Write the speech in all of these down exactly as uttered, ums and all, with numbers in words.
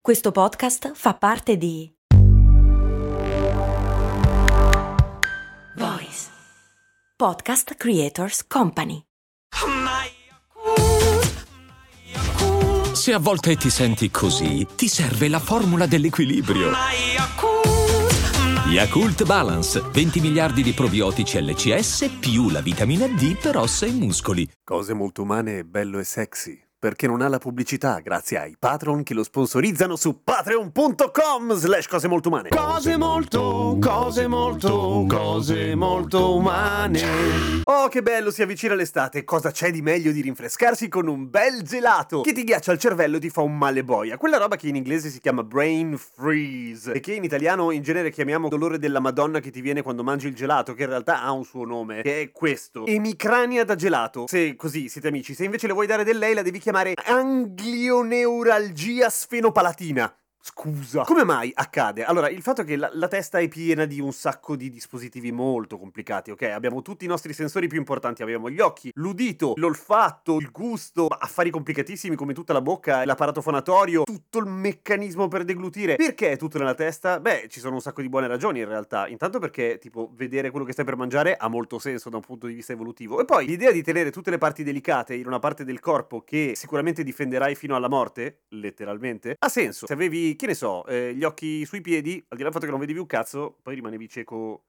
Questo podcast fa parte di Voice Podcast Creators Company. Se a volte ti senti così, ti serve la formula dell'equilibrio. Yakult Balance, venti miliardi di probiotici L C S più la vitamina D per ossa e muscoli. Cose molto umane, bello e sexy. Perché non ha la pubblicità, grazie ai patron che lo sponsorizzano su patreon punto com slash cose molto umane. Cose molto, cose molto, cose molto umane. Oh, che bello, si avvicina l'estate. Cosa c'è di meglio di rinfrescarsi con un bel gelato che ti ghiaccia il cervello e ti fa un male boia? Quella roba che in inglese si chiama brain freeze e che in italiano in genere chiamiamo dolore della Madonna che ti viene quando mangi il gelato, che in realtà ha un suo nome, che è questo: emicrania da gelato. Se così siete amici, se invece le vuoi dare del lei la devi chiamare anglioneuralgia sfenopalatina. Scusa. Come mai accade? Allora, il fatto è che la, la testa è piena di un sacco di dispositivi molto complicati, ok? Abbiamo tutti i nostri sensori più importanti, abbiamo gli occhi, l'udito, l'olfatto, il gusto, affari complicatissimi come tutta la bocca, l'apparato fonatorio, tutto il meccanismo per deglutire. Perché è tutto nella testa? Beh, ci sono un sacco di buone ragioni in realtà. Intanto perché, tipo, vedere quello che stai per mangiare ha molto senso da un punto di vista evolutivo. E poi, l'idea di tenere tutte le parti delicate in una parte del corpo che sicuramente difenderai fino alla morte, letteralmente, ha senso. Se avevi, che ne so, eh, gli occhi sui piedi, al di là del fatto che non vedevi un cazzo, poi rimanevi cieco.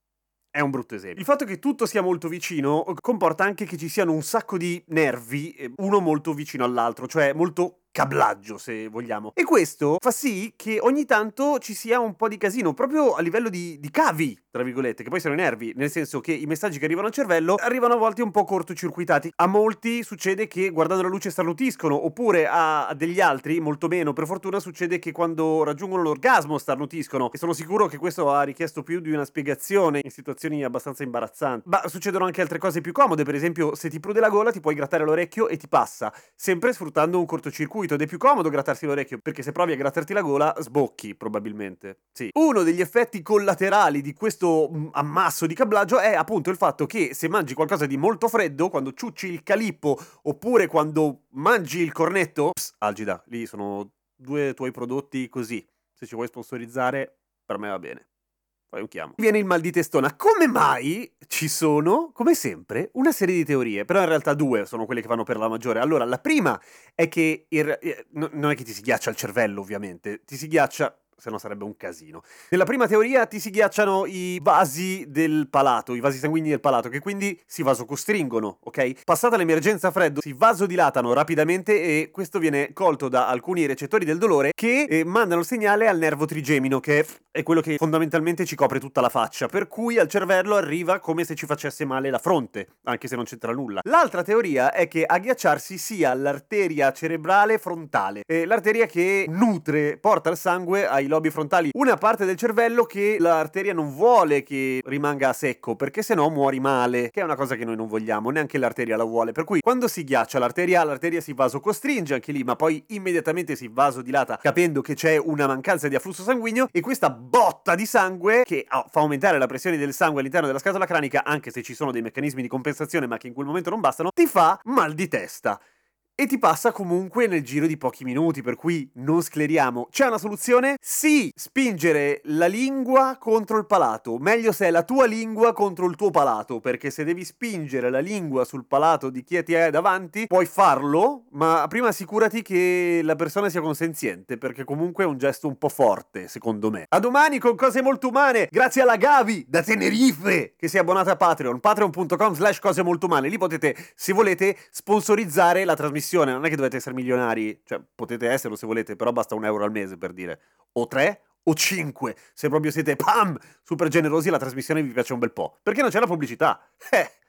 È un brutto esempio. Il fatto che tutto sia molto vicino comporta anche che ci siano un sacco di nervi, uno molto vicino all'altro, cioè molto cablaggio, se vogliamo. E questo fa sì che ogni tanto ci sia un po' di casino, proprio a livello di, di cavi, tra virgolette, che poi sono i nervi, nel senso che i messaggi che arrivano al cervello arrivano a volte un po' cortocircuitati. A molti succede che guardando la luce starnutiscono, oppure a, a degli altri, molto meno, per fortuna, succede che quando raggiungono l'orgasmo starnutiscono. E sono sicuro che questo ha richiesto più di una spiegazione in situazioni abbastanza imbarazzanti. Ma succedono anche altre cose più comode, per esempio se ti prude la gola ti puoi grattare l'orecchio e ti passa, sempre sfruttando un cortocircuito. Ed è più comodo grattarsi l'orecchio, perché se provi a grattarti la gola sbocchi, probabilmente. Sì. Uno degli effetti collaterali di questo mh, ammasso di cablaggio è appunto il fatto che se mangi qualcosa di molto freddo, quando ciucci il calippo oppure quando mangi il cornetto, pss, Algida, lì sono due tuoi prodotti così, se ci vuoi sponsorizzare per me va bene. Fai un chiamo. Viene il mal di testona. Come mai ci sono, come sempre, una serie di teorie? Però in realtà due sono quelle che vanno per la maggiore. Allora, la prima è che il, eh, no, non è che ti si ghiaccia il cervello, ovviamente. Ti si ghiaccia, se no sarebbe un casino. Nella prima teoria ti si ghiacciano i vasi del palato, i vasi sanguigni del palato, che quindi si vasocostringono, ok? Passata l'emergenza freddo, si vasodilatano rapidamente e questo viene colto da alcuni recettori del dolore che eh, mandano il segnale al nervo trigemino, che è quello che fondamentalmente ci copre tutta la faccia, per cui al cervello arriva come se ci facesse male la fronte, anche se non c'entra nulla. L'altra teoria è che a ghiacciarsi sia l'arteria cerebrale frontale, eh, l'arteria che nutre, porta il sangue ai lobi frontali, una parte del cervello che l'arteria non vuole che rimanga a secco, perché sennò muori male, che è una cosa che noi non vogliamo, neanche l'arteria la vuole. Per cui quando si ghiaccia l'arteria, l'arteria si vasocostringe anche lì, ma poi immediatamente si vasodilata, capendo che c'è una mancanza di afflusso sanguigno, e questa botta di sangue che oh, fa aumentare la pressione del sangue all'interno della scatola cranica, anche se ci sono dei meccanismi di compensazione ma che in quel momento non bastano, ti fa mal di testa. E ti passa comunque nel giro di pochi minuti, per cui non scleriamo. C'è una soluzione? Sì! Spingere la lingua contro il palato. Meglio se è la tua lingua contro il tuo palato, perché se devi spingere la lingua sul palato di chi ti è davanti, puoi farlo, ma prima assicurati che la persona sia consenziente, perché comunque è un gesto un po' forte, secondo me. A domani con cose molto umane, grazie alla Gavi da Tenerife, che si è abbonata a Patreon, patreon punto com slash cose molto umane. Lì potete, se volete, sponsorizzare la trasmissione. Non è che dovete essere milionari, cioè potete esserlo se volete, però basta un euro al mese, per dire, o tre o cinque, se proprio siete pam super generosi e la trasmissione vi piace un bel po', perché non c'è la pubblicità. Eh